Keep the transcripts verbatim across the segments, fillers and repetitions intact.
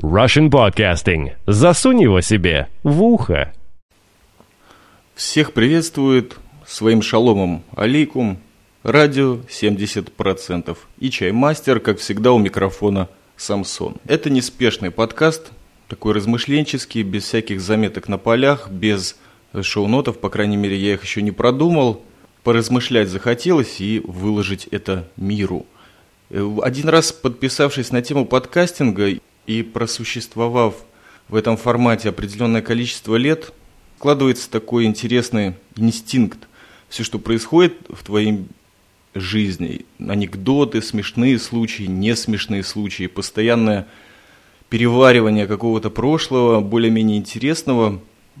Russian Podcasting. Засунь его себе в ухо. Всех приветствует своим шаломом алейкум радио семьдесят процентов и чаймастер, как всегда, у микрофона Самсон. Это неспешный подкаст, такой размышленческий, без всяких заметок на полях, без шоу-нотов, по крайней мере, я их еще не продумал. Поразмышлять захотелось и выложить это миру. Один раз подписавшись на тему подкастинга и просуществовав в этом формате определенное количество лет, складывается такой интересный инстинкт. Все, что происходит в твоей жизни, анекдоты, смешные случаи, не смешные случаи, постоянное переваривание какого-то прошлого, более-менее интересного,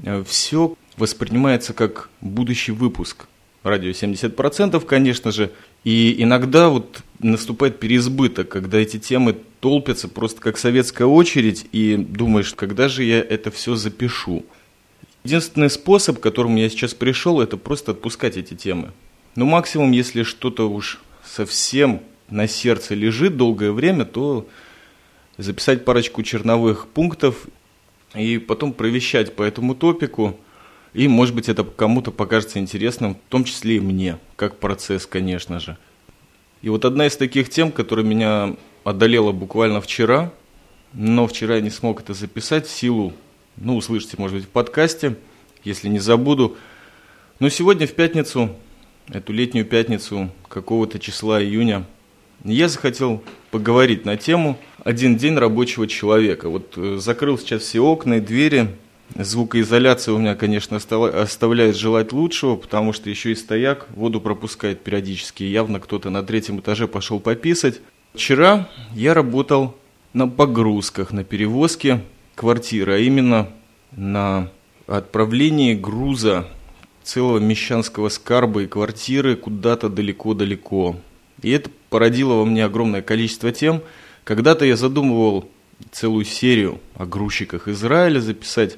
все воспринимается как будущий выпуск. Радио семьдесят процентов, конечно же. И иногда вот наступает переизбыток, когда эти темы толпятся просто как советская очередь, и думаешь, когда же я это все запишу. Единственный способ, к которому я сейчас пришел, это просто отпускать эти темы. Но максимум, если что-то уж совсем на сердце лежит долгое время, то записать парочку черновых пунктов и потом провещать по этому топику. И, может быть, это кому-то покажется интересным, в том числе и мне, как процесс, конечно же. И вот одна из таких тем, которая меня одолела буквально вчера, но вчера я не смог это записать в силу, ну, услышите, может быть, в подкасте, если не забуду. Но сегодня, в пятницу, эту летнюю пятницу, какого-то числа июня, я захотел поговорить на тему «Один день рабочего человека». Вот закрыл сейчас все окна и двери. Звукоизоляция у меня, конечно, оставляет желать лучшего, потому что еще и стояк воду пропускает периодически. Явно кто-то на третьем этаже пошел пописать. Вчера я работал на погрузках, на перевозке квартиры, а именно на отправлении груза целого мещанского скарба и квартиры куда-то далеко-далеко. И это породило во мне огромное количество тем. Когда-то я задумывал целую серию о грузчиках Израиля записать.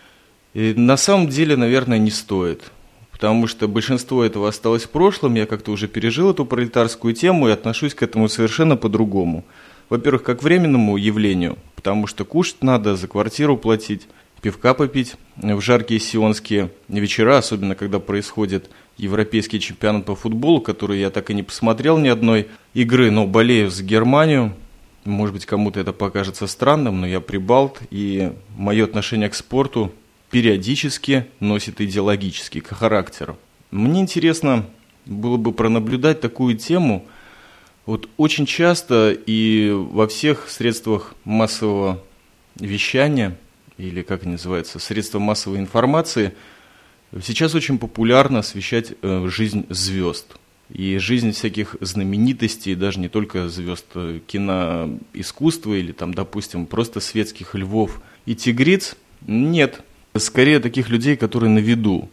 И на самом деле, наверное, не стоит, потому что большинство этого осталось в прошлом, я как-то уже пережил эту пролетарскую тему и отношусь к этому совершенно по-другому. Во-первых, как к временному явлению, потому что кушать надо, за квартиру платить, пивка попить в жаркие сионские вечера, особенно когда происходит европейский чемпионат по футболу, который я так и не посмотрел ни одной игры, но болею за Германию. Может быть, кому-то это покажется странным, но я прибалт, и мое отношение к спорту периодически носит идеологический характер. Мне интересно было бы пронаблюдать такую тему. Вот очень часто и во всех средствах массового вещания, или как они называются, средства массовой информации, сейчас очень популярно освещать жизнь звезд. И жизнь всяких знаменитостей, даже не только звезд киноискусства или, там, допустим, просто светских львов и тигриц, нет. Скорее таких людей, которые на виду.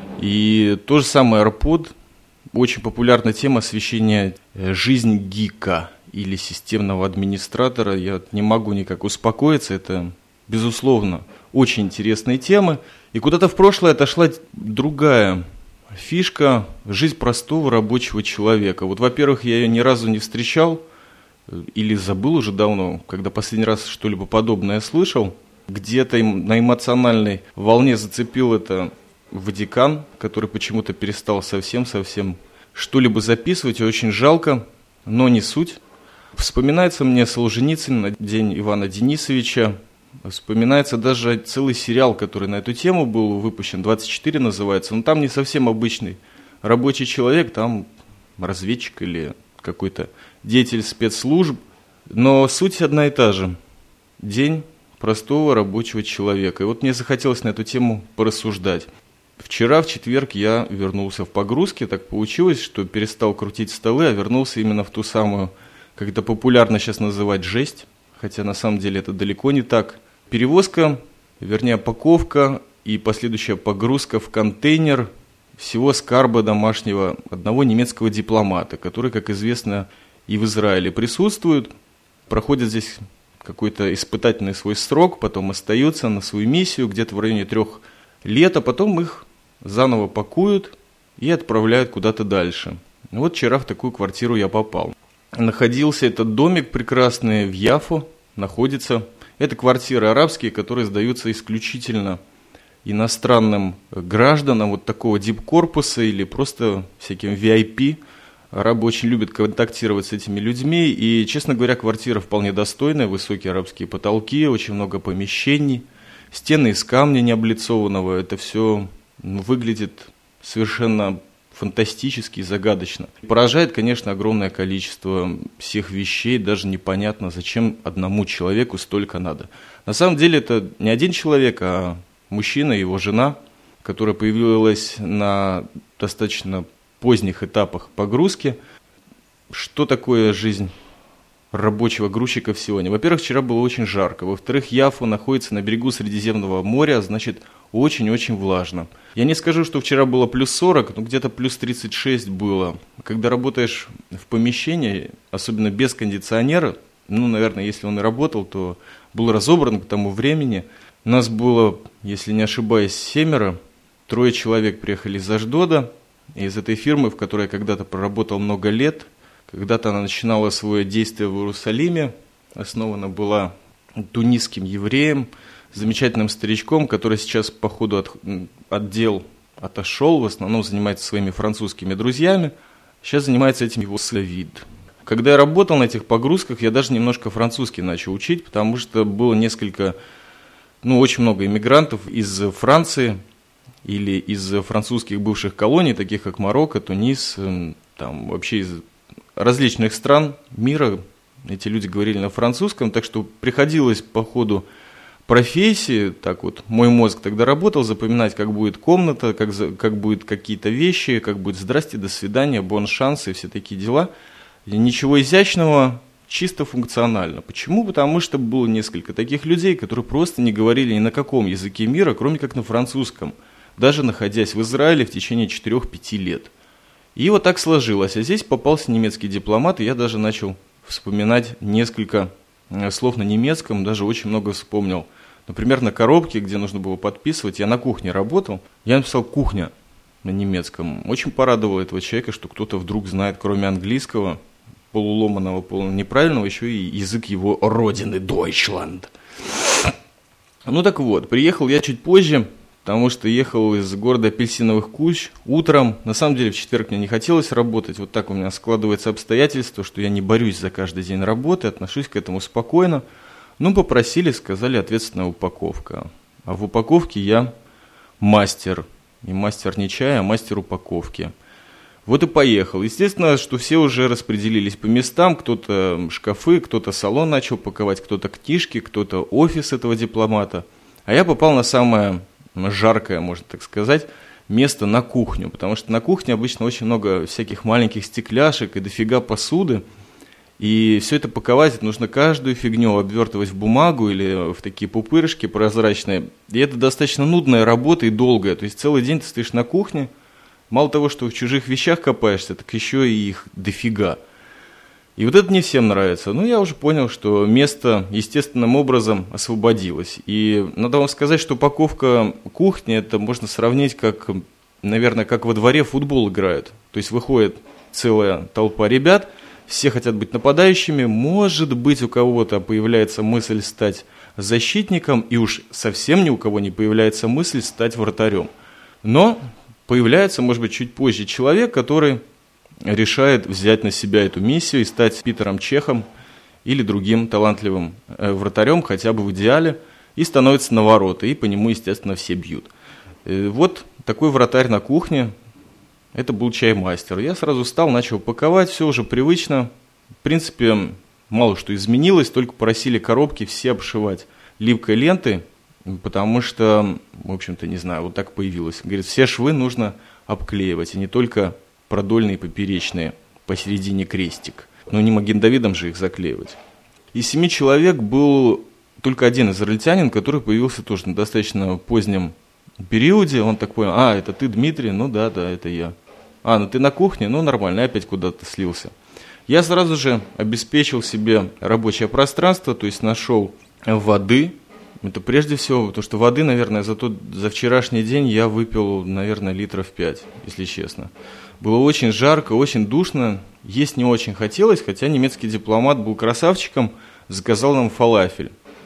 И то же самое AirPod, очень популярная тема освещения жизни гика или системного администратора. Я не могу никак успокоиться, это, безусловно, очень интересные темы. И куда-то в прошлое отошла другая фишка – жизнь простого рабочего человека. Вот, во-первых, я ее ни разу не встречал или забыл уже давно, когда последний раз что-либо подобное слышал. Где-то на эмоциональной волне зацепил это Ватикан, который почему-то перестал совсем-совсем что-либо записывать, и очень жалко, но не суть. Вспоминается мне Солженицын на день Ивана Денисовича, вспоминается даже целый сериал, который на эту тему был выпущен, двадцать четыре называется, но там не совсем обычный рабочий человек, там разведчик или какой-то деятель спецслужб, но суть одна и та же. День простого рабочего человека. И вот мне захотелось на эту тему порассуждать. Вчера, в четверг, я вернулся в погрузке. Так получилось, что перестал крутить столы, а вернулся именно в ту самую, как это популярно сейчас называть, жесть. Хотя на самом деле это далеко не так. Перевозка, вернее упаковка и последующая погрузка в контейнер всего скарба домашнего одного немецкого дипломата, который, как известно, и в Израиле присутствует. Проходит здесь какой-то испытательный свой срок, потом остаются на свою миссию где-то в районе трех лет, а потом их заново пакуют и отправляют куда-то дальше. Вот вчера в такую квартиру я попал. Находился этот домик прекрасный в Яффо, находится Это квартиры арабские, которые сдаются исключительно иностранным гражданам вот такого дипкорпуса или просто всяким ви ай пи. Арабы очень любят контактировать с этими людьми, и, честно говоря, квартира вполне достойная, высокие арабские потолки, очень много помещений, стены из камня необлицованного, это все выглядит совершенно фантастически и загадочно. Поражает, конечно, огромное количество всех вещей, даже непонятно, зачем одному человеку столько надо. На самом деле это не один человек, а мужчина и его жена, которая появилась на достаточно поздних этапах погрузки. Что такое жизнь рабочего грузчика в Сионе? Во-первых, вчера было очень жарко. Во-вторых, Яффа находится на берегу Средиземного моря, значит, очень-очень влажно. Я не скажу, что вчера было плюс сорок, но где-то плюс тридцать шесть было. Когда работаешь в помещении, особенно без кондиционера, ну, наверное, если он и работал, то был разобран к тому времени. У нас было, если не ошибаюсь, семеро. Трое человек приехали из Ашдода, из этой фирмы, в которой я когда-то проработал много лет. Когда-то она начинала свое действие в Иерусалиме, основана была тунисским евреем, замечательным старичком, который сейчас по ходу от, от дел отошел, в основном занимается своими французскими друзьями. Сейчас занимается этим его сын Давид. Когда я работал на этих погрузках, я даже немножко французский начал учить, потому что было несколько, ну, очень много иммигрантов из Франции, или из французских бывших колоний, таких как Марокко, Тунис, там вообще из различных стран мира. Эти люди говорили на французском, так что приходилось по ходу профессии, так вот, мой мозг тогда работал, запоминать, как будет комната, как, как будут какие-то вещи, как будет «здрасте», «до свидания», «бон шанс» и все такие дела. И ничего изящного, чисто функционально. Почему? Потому что было несколько таких людей, которые просто не говорили ни на каком языке мира, кроме как на французском, даже находясь в Израиле в течение четырех-пяти лет. И вот так сложилось. А здесь попался немецкий дипломат, и я даже начал вспоминать несколько слов на немецком, даже очень много вспомнил. Например, на коробке, где нужно было подписывать, я на кухне работал, я написал «кухня» на немецком. Очень порадовало этого человека, что кто-то вдруг знает, кроме английского, полуломаного, полунеправильного, еще и язык его родины, Deutschland. Ну так вот, приехал я чуть позже, потому что ехал из города Апельсиновых Кущ утром. На самом деле в четверг мне не хотелось работать. Вот так у меня складывается обстоятельство, что я не борюсь за каждый день работы, отношусь к этому спокойно. Ну, попросили, сказали, ответственная упаковка. А в упаковке я мастер. И мастер не чая, а мастер упаковки. Вот и поехал. Естественно, что все уже распределились по местам. Кто-то шкафы, кто-то салон начал паковать, кто-то книжки, кто-то офис этого дипломата. А я попал на самое жаркое, можно так сказать, место на кухню, потому что на кухне обычно очень много всяких маленьких стекляшек и дофига посуды, и все это паковать, это нужно каждую фигню обвертывать в бумагу или в такие пупырышки прозрачные, и это достаточно нудная работа и долгая, то есть целый день ты стоишь на кухне, мало того, что в чужих вещах копаешься, так еще и их дофига. И вот это не всем нравится. Но я уже понял, что место естественным образом освободилось. И надо вам сказать, что упаковка кухни, это можно сравнить как, наверное, как во дворе футбол играют. То есть выходит целая толпа ребят, все хотят быть нападающими, может быть, у кого-то появляется мысль стать защитником, и уж совсем ни у кого не появляется мысль стать вратарем. Но появляется, может быть, чуть позже человек, который решает взять на себя эту миссию и стать Питером Чехом или другим талантливым вратарем, хотя бы в идеале, и становится на ворота, и по нему, естественно, все бьют. И вот такой вратарь на кухне, это был чаймастер. Я сразу встал, начал паковать, все уже привычно. В принципе, мало что изменилось, только просили коробки все обшивать липкой лентой, потому что, в общем-то, не знаю, вот так появилось. Говорит, все швы нужно обклеивать, и не только продольные и поперечные, посередине крестик. Но не Маген-Давидом же их заклеивать. Из семи человек был только один израильтянин, который появился тоже на достаточно позднем периоде. Он так понял, а, это ты, Дмитрий? Ну да, да, это я. А, ну ты на кухне? Ну нормально, я опять куда-то слился. Я сразу же обеспечил себе рабочее пространство, то есть нашел воды. Это прежде всего, потому что воды, наверное, за, тот, за вчерашний день я выпил, наверное, литров пять, если честно. Было очень жарко, очень душно, есть не очень хотелось, хотя немецкий дипломат был красавчиком, заказал нам фалафель.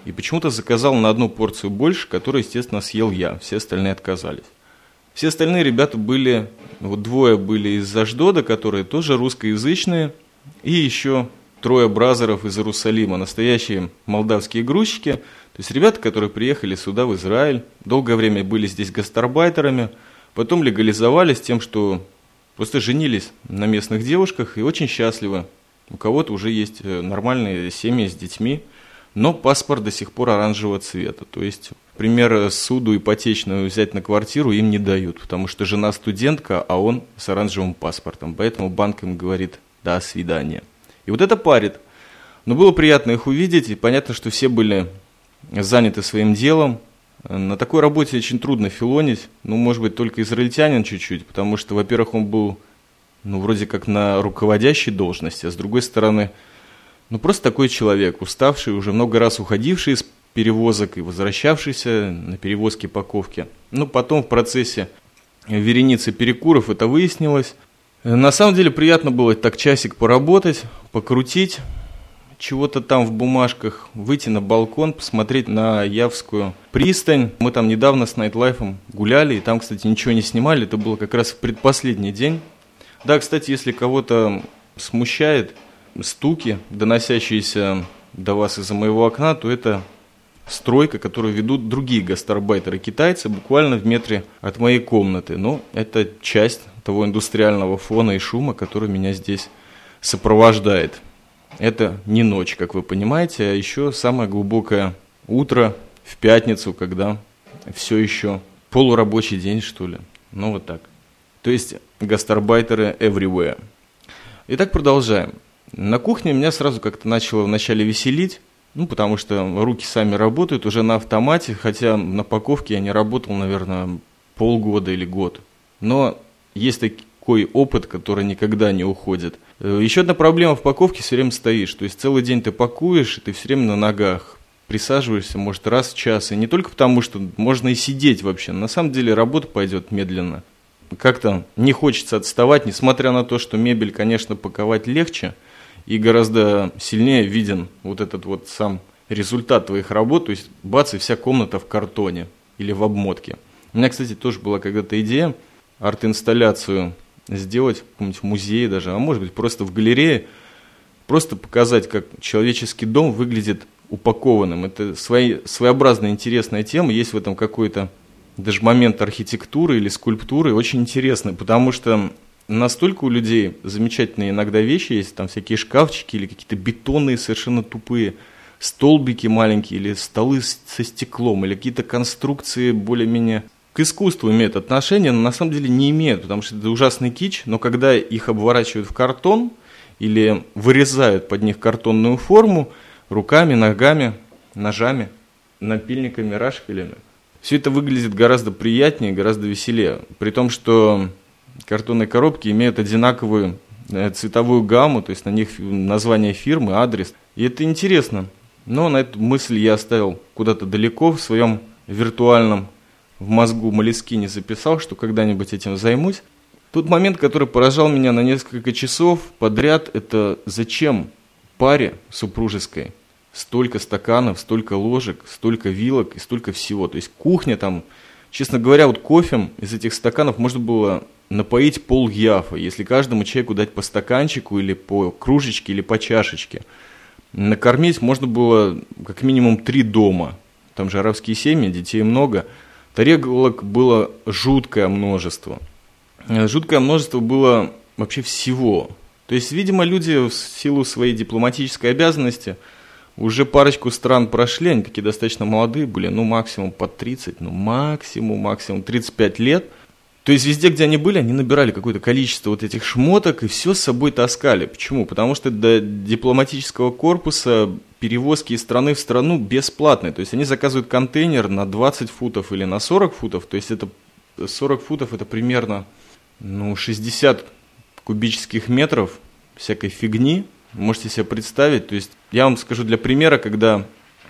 и почему-то заказал на одну порцию больше, которую, естественно, съел я, все остальные отказались. Все остальные ребята были, вот двое были из Аждода, которые тоже русскоязычные, и еще трое бразеров из Иерусалима, настоящие молдавские грузчики, то есть ребята, которые приехали сюда, в Израиль, долгое время были здесь гастарбайтерами, потом легализовались тем, что просто женились на местных девушках и очень счастливы. У кого-то уже есть нормальные семьи с детьми, но паспорт до сих пор оранжевого цвета. То есть, например, суду ипотечную взять на квартиру им не дают, потому что жена студентка, а он с оранжевым паспортом. Поэтому банк им говорит «до свидания». И вот это парит. Но было приятно их увидеть, и понятно, что все были заняты своим делом. На такой работе очень трудно филонить, ну, может быть, только израильтянин чуть-чуть, потому что, во-первых, он был, ну, вроде как на руководящей должности, а с другой стороны, ну, просто такой человек, уставший, уже много раз уходивший из перевозок и возвращавшийся на перевозки паковки. Ну, потом в процессе вереницы перекуров это выяснилось. На самом деле приятно было так часик поработать, покрутить чего-то там в бумажках, выйти на балкон, посмотреть на Явскую пристань. Мы там недавно с Найтлайфом гуляли, и там, кстати, ничего не снимали, это было как раз в предпоследний день. Да, кстати, если кого-то смущает стуки, доносящиеся до вас из-за моего окна, то это стройка, которую ведут другие гастарбайтеры китайцы, буквально в метре от моей комнаты. Но это часть того индустриального фона и шума, который меня здесь сопровождает. Это не ночь, как вы понимаете, а еще самое глубокое утро в пятницу, когда все еще полурабочий день, что ли. Ну вот так. То есть гастарбайтеры everywhere. Итак, продолжаем. На кухне меня сразу как-то начало вначале веселить, ну, потому что руки сами работают уже на автомате, хотя на паковке я не работал, наверное, полгода или год. Но есть такой опыт, который никогда не уходит. Еще одна проблема в паковке: все время стоишь, то есть целый день ты пакуешь, и ты все время на ногах. Присаживаешься, может, раз в час, и не только потому, что можно и сидеть вообще. На самом деле работа пойдет медленно. Как-то не хочется отставать, несмотря на то, что мебель, конечно, паковать легче, и гораздо сильнее виден вот этот вот сам результат твоих работ, то есть бац, и вся комната в картоне или в обмотке. У меня, кстати, тоже была когда-то идея арт-инсталляцию сделать в каком-нибудь музее даже, а может быть просто в галерее, просто показать, как человеческий дом выглядит упакованным. Это свои, своеобразная интересная тема, есть в этом какой-то даже момент архитектуры или скульптуры, очень интересный, потому что настолько у людей замечательные иногда вещи есть, там всякие шкафчики или какие-то бетонные совершенно тупые столбики маленькие, или столы со стеклом, или какие-то конструкции более-менее к искусству имеют отношение, но на самом деле не имеют, потому что это ужасный кич, но когда их обворачивают в картон или вырезают под них картонную форму руками, ногами, ножами, напильниками, рашпилями, все это выглядит гораздо приятнее, гораздо веселее, при том, что картонные коробки имеют одинаковую цветовую гамму, то есть на них название фирмы, адрес. И это интересно. Но на эту мысль я оставил куда-то далеко в своем виртуальном, в мозгу Молескине записал, что когда-нибудь этим займусь. Тот момент, который поражал меня на несколько часов подряд, это зачем паре супружеской столько стаканов, столько ложек, столько вилок и столько всего. То есть кухня там, честно говоря, вот кофем из этих стаканов можно было напоить пол Яфа, если каждому человеку дать по стаканчику или по кружечке или по чашечке. Накормить можно было как минимум три дома. Там же арабские семьи, детей много. Тарелок было жуткое множество. Жуткое множество было вообще всего. То есть, видимо, люди в силу своей дипломатической обязанности уже парочку стран прошли, они такие достаточно молодые были, ну максимум под тридцать, ну максимум, максимум тридцать пять лет. То есть везде, где они были, они набирали какое-то количество вот этих шмоток и все с собой таскали. Почему? Потому что до дипломатического корпуса перевозки из страны в страну бесплатные. То есть они заказывают контейнер на двадцать футов или на сорок футов. То есть это сорок футов это примерно ну, шестьдесят кубических метров всякой фигни. Можете себе представить. То есть я вам скажу для примера, когда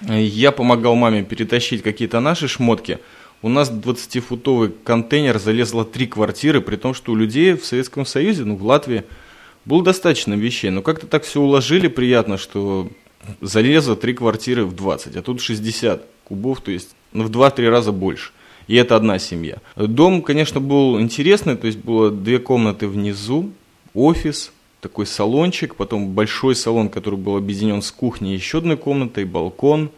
я помогал маме перетащить какие-то наши шмотки, у нас в двадцатифутовый контейнер залезло три квартиры, при том, что у людей в Советском Союзе, ну, в Латвии, было достаточно вещей. Но как-то так все уложили приятно, что залезло три квартиры в двадцать, а тут шестьдесят кубов, то есть ну, в два-три раза больше. И это одна семья. Дом, конечно, был интересный, то есть было две комнаты внизу, офис, такой салончик, потом большой салон, который был объединен с кухней, еще одной комнатой, балкон,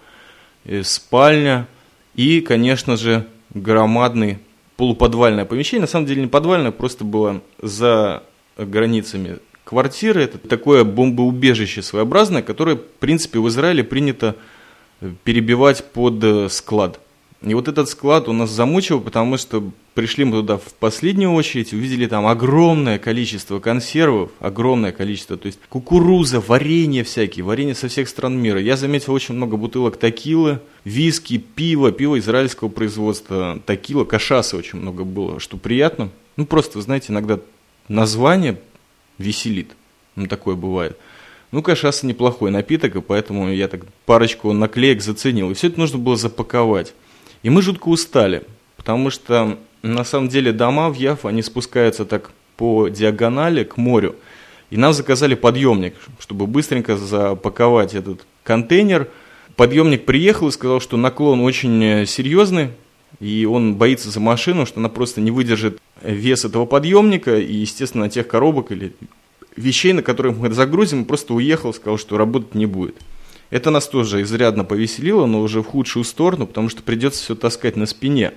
спальня и, конечно же, громадный полуподвальное помещение. На самом деле не подвальное, просто было за границами квартиры. Это такое бомбоубежище своеобразное, которое, в принципе, в Израиле принято перебивать под склад. И вот этот склад он нас замучил, потому что пришли мы туда в последнюю очередь, увидели там огромное количество консервов, огромное количество, то есть кукуруза, варенье всякие, варенье со всех стран мира. Я заметил очень много бутылок текилы, виски, пива, пиво израильского производства, текила, кашасы очень много было, что приятно. Ну просто, вы знаете, иногда название веселит, ну такое бывает. Ну, кашасы неплохой напиток, и поэтому я так парочку наклеек заценил. И все это нужно было запаковать. И мы жутко устали, потому что на самом деле дома в Яффа, они спускаются так по диагонали к морю. И нам заказали подъемник, чтобы быстренько запаковать этот контейнер. Подъемник приехал и сказал, что наклон очень серьезный, и он боится за машину, что она просто не выдержит вес этого подъемника, и, естественно, тех коробок или вещей, на которые мы загрузим, просто уехал, сказал, что работать не будет. Это нас тоже изрядно повеселило, но уже в худшую сторону, потому что придется все таскать на спине.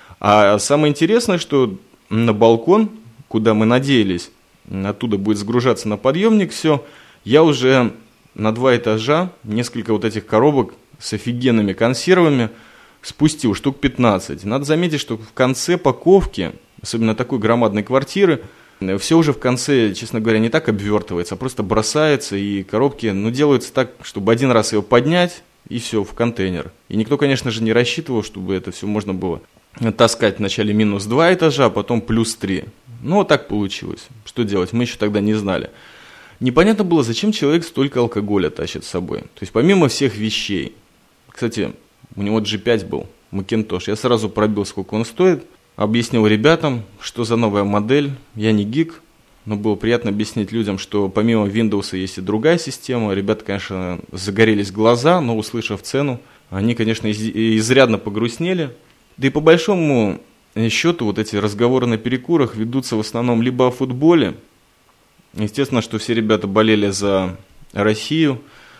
А самое интересное, что на балкон, куда мы надеялись, оттуда будет сгружаться на подъемник все, я уже на два этажа несколько вот этих коробок с офигенными консервами спустил, штук пятнадцать. Надо заметить, что в конце паковки, особенно такой громадной квартиры, все уже в конце, честно говоря, не так обвертывается, а просто бросается, и коробки, ну, делаются так, чтобы один раз его поднять, и все, в контейнер. И никто, конечно же, не рассчитывал, чтобы это все можно было таскать вначале минус два этажа, а потом плюс три. Ну, вот так получилось. Что делать? Мы еще тогда не знали. Непонятно было, зачем человек столько алкоголя тащит с собой. То есть, помимо всех вещей. Кстати, у него джи пять был, Макинтош. Я сразу пробил, сколько он стоит. Объяснил ребятам, что за новая модель. Я не гик, но было приятно объяснить людям, что помимо Windows есть и другая система. Ребята, конечно, загорелись глаза, но услышав цену, они, конечно, из- изрядно погрустнели. Да и по большому счету вот эти разговоры на перекурах ведутся в основном либо о футболе. Естественно, что все ребята болели за Россию.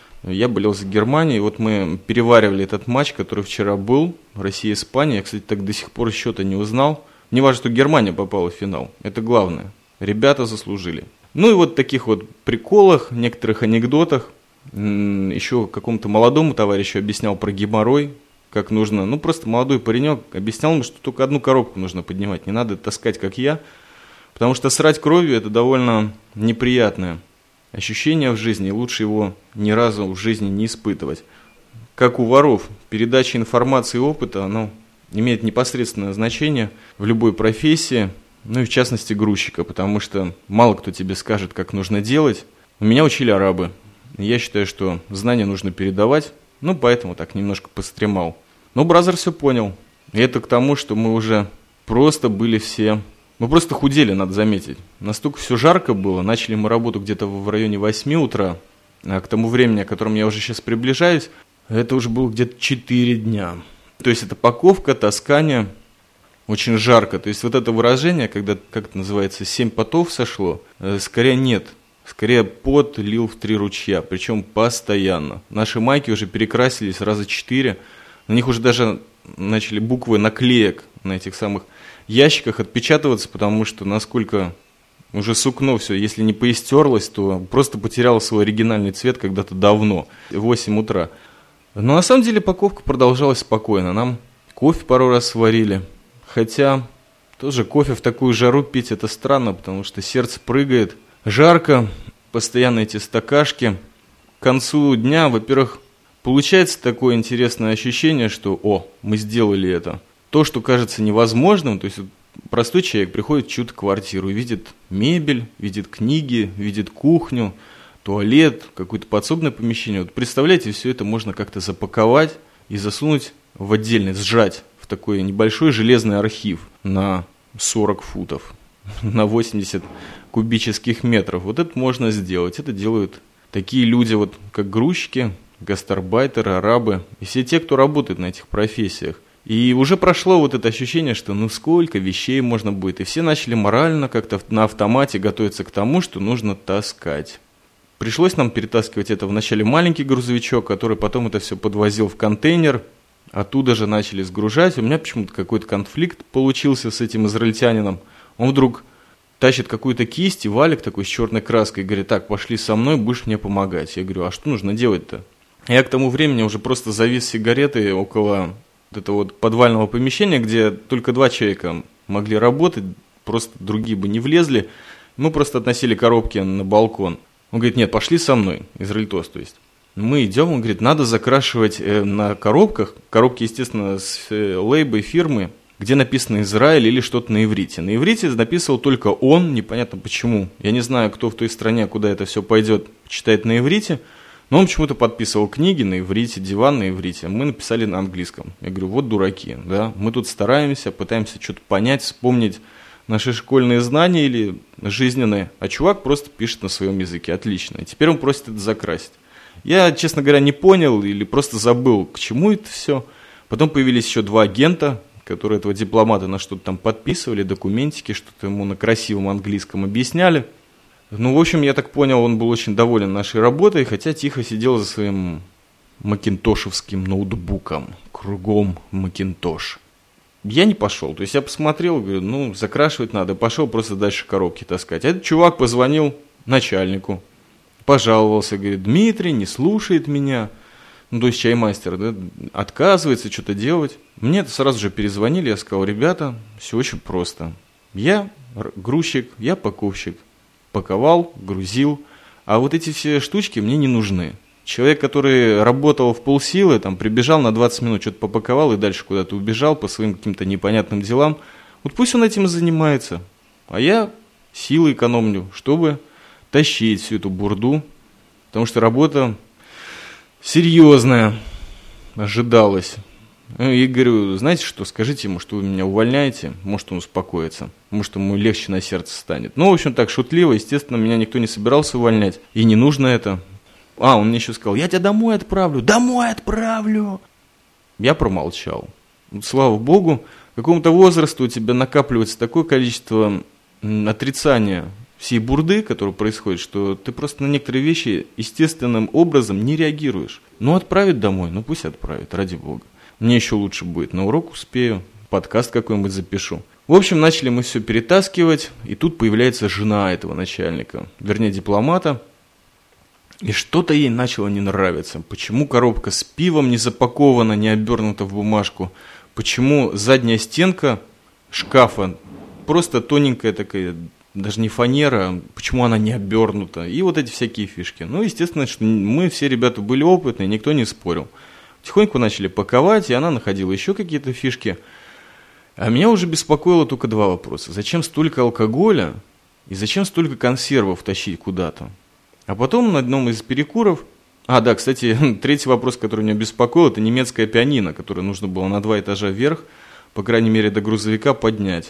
Я болел за Германию, и вот мы переваривали этот матч, который вчера был, Россия-Испания. Я, кстати, так до сих пор счета не узнал. Не важно, что Германия попала в финал, это главное. Ребята заслужили. Ну и вот в таких вот приколах, некоторых анекдотах, еще какому-то молодому товарищу объяснял про геморрой, как нужно, ну просто молодой паренек объяснял ему, что только одну коробку нужно поднимать, не надо таскать, как я, потому что срать кровью это довольно неприятное ощущение в жизни, и лучше его ни разу в жизни не испытывать. Как у воров, передача информации и опыта, оно имеет непосредственное значение в любой профессии, ну и в частности грузчика, потому что мало кто тебе скажет, как нужно делать. Меня учили арабы, я считаю, что знания нужно передавать, ну поэтому так немножко постремал. Но Бразер все понял, и это к тому, что мы уже просто были все... Мы просто худели, надо заметить. Настолько все жарко было. Начали мы работу где-то в районе восьми утра. А к тому времени, о котором я уже сейчас приближаюсь, это уже было где-то четыре дня. То есть это паковка, таскание. Очень жарко. То есть вот это выражение, когда, как это называется, семь потов сошло, скорее нет. Скорее пот лил в три ручья. Причем постоянно. Наши майки уже перекрасились раза четыре. На них уже даже начали буквы наклеек на этих самых ящиках отпечатываться, потому что насколько уже сукно все, если не поистерлось, то просто потеряло свой оригинальный цвет когда-то давно, в восемь утра. Но на самом деле паковка продолжалась спокойно. Нам кофе пару раз сварили, хотя тоже кофе в такую жару пить это странно, потому что сердце прыгает, жарко, постоянно эти стакашки. К концу дня, во-первых, получается такое интересное ощущение, что «О, мы сделали это». То, что кажется невозможным, то есть простой человек приходит в чью-то квартиру и видит мебель, видит книги, видит кухню, туалет, какое-то подсобное помещение. Вот представляете, все это можно как-то запаковать и засунуть в отдельный, сжать в такой небольшой железный архив на сорок футов, на восемьдесят кубических метров. Вот это можно сделать. Это делают такие люди, вот как грузчики, гастарбайтеры, арабы и все те, кто работает на этих профессиях. И уже прошло вот это ощущение, что ну сколько вещей можно будет. И все начали морально как-то на автомате готовиться к тому, что нужно таскать. Пришлось нам перетаскивать это вначале маленький грузовичок, который потом это все подвозил в контейнер. Оттуда же начали сгружать. У меня почему-то какой-то конфликт получился с этим израильтянином. Он вдруг тащит какую-то кисть и валик такой с черной краской и говорит: так, пошли со мной, будешь мне помогать. Я говорю: а что нужно делать-то? Я к тому времени уже просто завис сигареты около вот этого вот подвального помещения, где только два человека могли работать, просто другие бы не влезли. Мы просто относили коробки на балкон. Он говорит: нет, пошли со мной, израильтос, то есть. Мы идем, он говорит: надо закрашивать э, на коробках, коробки, естественно, с э, лейбой фирмы, где написано Израиль или что-то на иврите. На иврите написал только он, непонятно почему. Я не знаю, кто в той стране, куда это все пойдет, читает на иврите. Но он почему-то подписывал книги на иврите, диван на иврите. Мы написали на английском. Я говорю: вот дураки, да? Мы тут стараемся, пытаемся что-то понять, вспомнить наши школьные знания или жизненные. А чувак просто пишет на своем языке. Отлично. И теперь он просит это закрасить. Я, честно говоря, не понял или просто забыл, к чему это все. Потом появились еще два агента, которые этого дипломата на что-то там подписывали, документики, что-то ему на красивом английском объясняли. Ну, в общем, я так понял, он был очень доволен нашей работой, хотя тихо сидел за своим макинтошевским ноутбуком, кругом макинтош. Я не пошел, то есть я посмотрел, говорю: ну, закрашивать надо, пошел просто дальше коробки таскать. А этот чувак позвонил начальнику, пожаловался, говорит: Дмитрий не слушает меня, ну, то есть чаймастер, да, отказывается что-то делать. Мне это сразу же перезвонили, я сказал: ребята, все очень просто. Я грузчик, я паковщик. Паковал, грузил, а вот эти все штучки мне не нужны. Человек, который работал в полсилы, там прибежал на двадцать минут, что-то попаковал и дальше куда-то убежал по своим каким-то непонятным делам, вот пусть он этим и занимается. А я силы экономлю, чтобы тащить всю эту бурду, потому что работа серьезная ожидалась. И говорю: знаете что, скажите ему, что вы меня увольняете, может он успокоится, может ему легче на сердце станет. Ну, в общем, так шутливо, естественно, меня никто не собирался увольнять, и не нужно это. А, он мне еще сказал: я тебя домой отправлю, домой отправлю. Я промолчал. Вот, слава богу, к какому-то возрасту у тебя накапливается такое количество отрицания всей бурды, которая происходит, что ты просто на некоторые вещи естественным образом не реагируешь. Ну, отправить домой, ну пусть отправит, ради бога. Мне еще лучше будет, на урок успею, подкаст какой-нибудь запишу. В общем, начали мы все перетаскивать, и тут появляется жена этого начальника, вернее, дипломата. И что-то ей начало не нравиться. Почему коробка с пивом не запакована, не обернута в бумажку? Почему задняя стенка шкафа просто тоненькая такая, даже не фанера, почему она не обернута? И вот эти всякие фишки. Ну, естественно, что мы все ребята были опытные, никто не спорил. Тихонько начали паковать, и она находила еще какие-то фишки. А меня уже беспокоило только два вопроса. Зачем столько алкоголя и зачем столько консервов тащить куда-то? А потом на одном из перекуров... А, да, кстати, третий вопрос, который меня беспокоил, это немецкая пианино, которое нужно было на два этажа вверх, по крайней мере, до грузовика поднять.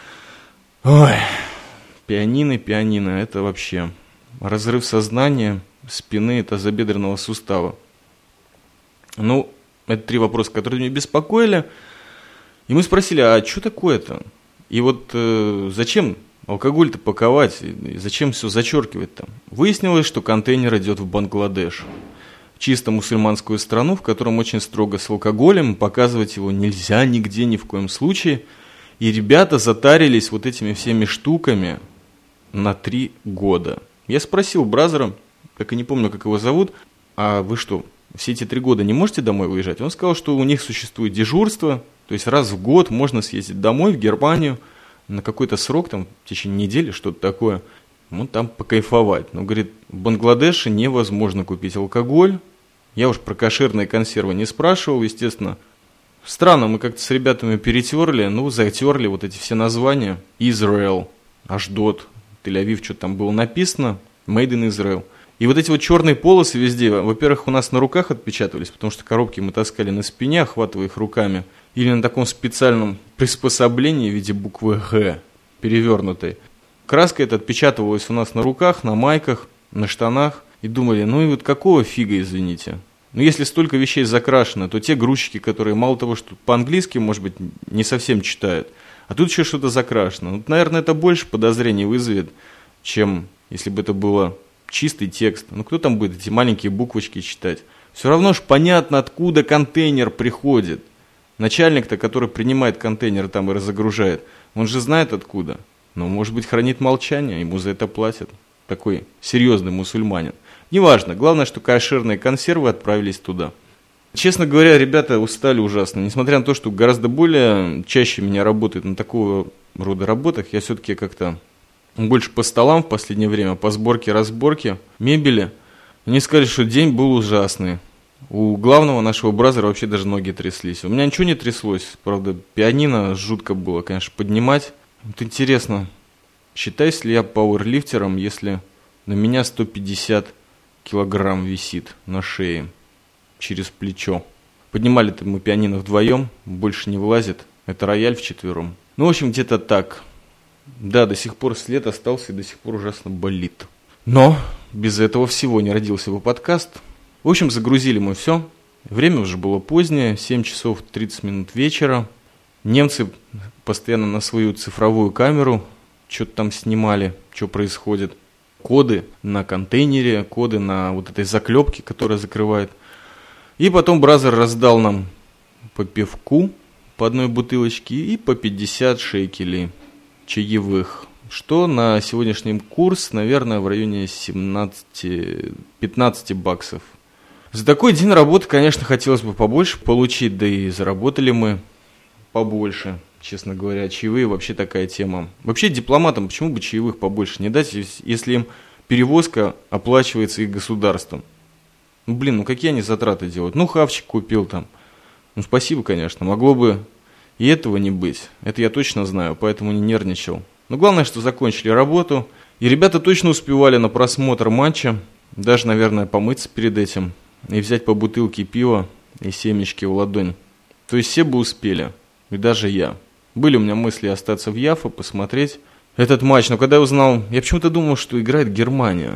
Ой, пианино, пианино, это вообще разрыв сознания, спины и тазобедренного сустава. Ну, это три вопроса, которые меня беспокоили. И мы спросили: а что такое-то? И вот э, зачем алкоголь-то паковать? И зачем все зачеркивать там? Выяснилось, что контейнер идет в Бангладеш. Чисто мусульманскую страну, в котором очень строго с алкоголем. Показывать его нельзя нигде, ни в коем случае. И ребята затарились вот этими всеми штуками на три года. Я спросил бразера, так и не помню, как его зовут: а вы что, все эти три года не можете домой выезжать? Он сказал, что у них существует дежурство, то есть раз в год можно съездить домой в Германию на какой-то срок, там, в течение недели, что-то такое, ну, там покайфовать. Но, говорит, в Бангладеше невозможно купить алкоголь. Я уж про кошерные консервы не спрашивал, естественно. Странно, мы как-то с ребятами перетерли, ну, затерли вот эти все названия. Израиль, Ашдод, Тель-Авив, что-то там было написано, Made in Israel. И вот эти вот черные полосы везде, во-первых, у нас на руках отпечатывались, потому что коробки мы таскали на спине, охватывая их руками, или на таком специальном приспособлении в виде буквы «Г», перевернутой. Краска эта отпечатывалась у нас на руках, на майках, на штанах. И думали: ну и вот какого фига, извините? Но если столько вещей закрашено, то те грузчики, которые мало того, что по-английски, может быть, не совсем читают, а тут еще что-то закрашено. Ну, наверное, это больше подозрений вызовет, чем если бы это было чистый текст. Ну, кто там будет эти маленькие буквочки читать? Все равно ж понятно, откуда контейнер приходит. Начальник-то, который принимает контейнер там и разгружает, он же знает откуда. Но, может быть, хранит молчание, ему за это платят. Такой серьезный мусульманин. Неважно, главное, что кошерные консервы отправились туда. Честно говоря, ребята устали ужасно. Несмотря на то, что гораздо более чаще меня работает на такого рода работах, я все-таки как-то больше по столам в последнее время, по сборке-разборке мебели. Они сказали, что день был ужасный. У главного нашего бразера вообще даже ноги тряслись. У меня ничего не тряслось, правда, пианино жутко было, конечно, поднимать. Вот интересно, считаюсь ли я пауэрлифтером, если на меня сто пятьдесят килограмм висит на шее через плечо. Поднимали-то мы пианино вдвоем, больше не влазит. Это рояль вчетвером. Ну, в общем, где-то так. Да, до сих пор след остался и до сих пор ужасно болит. Но без этого всего не родился бы подкаст. В общем, загрузили мы все. Время уже было позднее, семь часов тридцать минут вечера. Немцы постоянно на свою цифровую камеру что-то там снимали, что происходит. Коды на контейнере, коды на вот этой заклепке, которая закрывает. И потом бразер раздал нам по пивку, по одной бутылочке и по пятьдесят шекелей чаевых. Что на сегодняшний курс, наверное, в районе семнадцать-пятнадцать баксов. За такой день работы, конечно, хотелось бы побольше получить, да и заработали мы побольше, честно говоря. Чаевые вообще такая тема. Вообще дипломатам почему бы чаевых побольше не дать, если им перевозка оплачивается их государством? Ну, блин, ну какие они затраты делают? Ну, хавчик купил там. Ну, спасибо, конечно, могло бы и этого не быть. Это я точно знаю, поэтому не нервничал. Но главное, что закончили работу, и ребята точно успевали на просмотр матча, даже, наверное, помыться перед этим, и взять по бутылке пива и семечки в ладонь. То есть все бы успели, и даже я. Были у меня мысли остаться в Яффа, посмотреть этот матч, но когда я узнал, я почему-то думал, что играет Германия.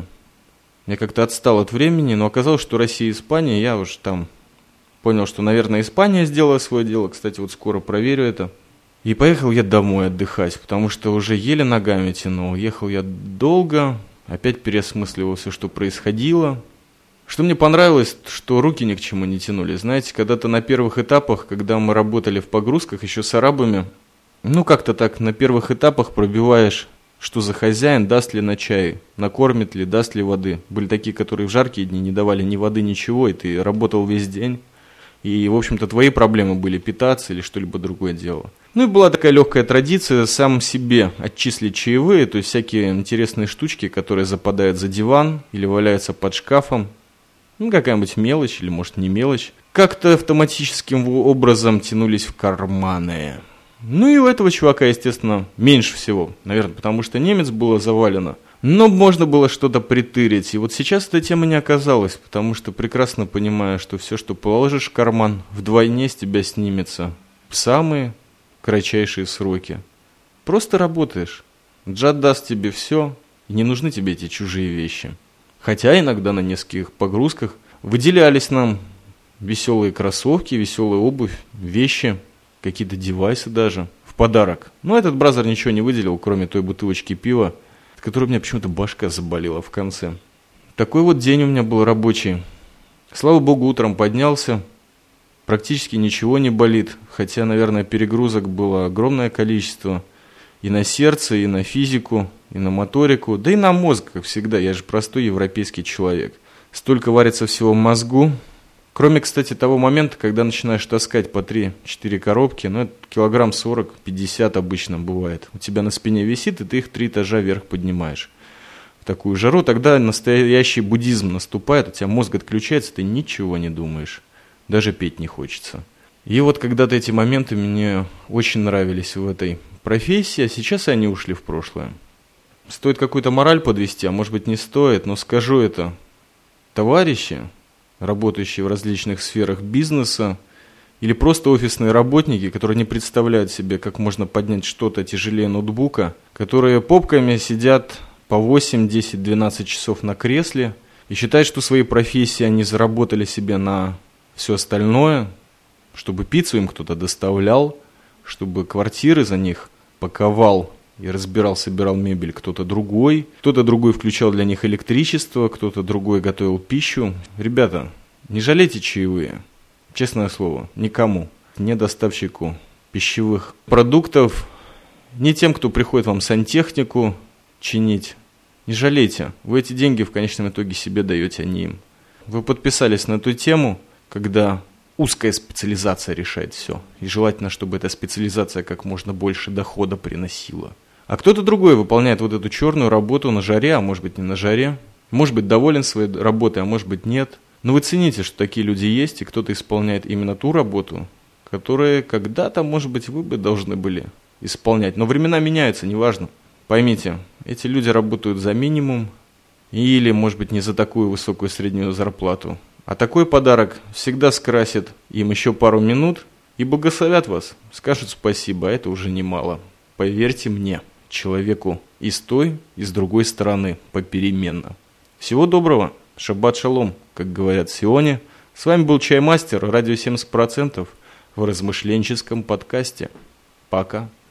Я как-то отстал от времени, но оказалось, что Россия и Испания, я уж там понял, что, наверное, Испания сделала свое дело, кстати, вот скоро проверю это. И поехал я домой отдыхать, потому что уже еле ногами тянул. Ехал я долго, опять переосмысливал все, что происходило. Что мне понравилось, что руки ни к чему не тянули. Знаете, когда-то на первых этапах, когда мы работали в погрузках еще с арабами, ну как-то так на первых этапах пробиваешь, что за хозяин, даст ли на чай, накормит ли, даст ли воды. Были такие, которые в жаркие дни не давали ни воды, ничего, и ты работал весь день. И, в общем-то, твои проблемы были питаться или что-либо другое дело. Ну и была такая легкая традиция сам себе отчислить чаевые, то есть всякие интересные штучки, которые западают за диван или валяются под шкафом. Ну, какая-нибудь мелочь или, может, не мелочь. Как-то автоматическим образом тянулись в карманы. Ну и у этого чувака, естественно, меньше всего. Наверное, потому что немец было завалено. Но можно было что-то притырить. И вот сейчас эта тема не оказалась, потому что прекрасно понимаю, что все, что положишь в карман, вдвойне с тебя снимется в самые кратчайшие сроки. Просто работаешь. Джад даст тебе все, и не нужны тебе эти чужие вещи. Хотя иногда на нескольких погрузках выделялись нам веселые кроссовки, веселая обувь, вещи, какие-то девайсы даже в подарок. Но этот бразер ничего не выделил, кроме той бутылочки пива, от которой у меня почему-то башка заболела в конце. Такой вот день у меня был рабочий. Слава богу, утром поднялся, практически ничего не болит, хотя, наверное, перегрузок было огромное количество. И на сердце, и на физику, и на моторику, да и на мозг, как всегда. Я же простой европейский человек. Столько варится всего в мозгу. Кроме, кстати, того момента, когда начинаешь таскать по три-четыре коробки, ну, это килограмм сорок-пятьдесят обычно бывает. У тебя на спине висит, и ты их три этажа вверх поднимаешь. В такую жару тогда настоящий буддизм наступает, у тебя мозг отключается, ты ничего не думаешь. Даже петь не хочется. И вот когда-то эти моменты мне очень нравились в этой профессии, а сейчас они ушли в прошлое. Стоит какую-то мораль подвести, а может быть не стоит, но скажу это. Товарищи, работающие в различных сферах бизнеса, или просто офисные работники, которые не представляют себе, как можно поднять что-то тяжелее ноутбука, которые попками сидят по восемь, десять, двенадцать часов на кресле и считают, что своей профессией они заработали себе на все остальное, чтобы пиццу им кто-то доставлял, чтобы квартиры за них паковал и разбирал, собирал мебель кто-то другой. Кто-то другой включал для них электричество, кто-то другой готовил пищу. Ребята, не жалейте чаевые. Честное слово, никому. Не доставщику пищевых продуктов, не тем, кто приходит вам сантехнику чинить. Не жалейте. Вы эти деньги в конечном итоге себе даете, а не им. Вы подписались на эту тему, когда узкая специализация решает все. И желательно, чтобы эта специализация как можно больше дохода приносила. А кто-то другой выполняет вот эту черную работу на жаре, а может быть не на жаре. Может быть доволен своей работой, а может быть нет. Но вы цените, что такие люди есть, и кто-то исполняет именно ту работу, которую когда-то, может быть, вы бы должны были исполнять. Но времена меняются, неважно. Поймите, эти люди работают за минимум или, может быть, не за такую высокую среднюю зарплату. А такой подарок всегда скрасит им еще пару минут и благословят вас. Скажут спасибо, а это уже немало. Поверьте мне, человеку и с той, и с другой стороны попеременно. Всего доброго, шаббат шалом, как говорят в Сионе. С вами был Чаймастер, радио семьдесят процентов в размышленческом подкасте. Пока.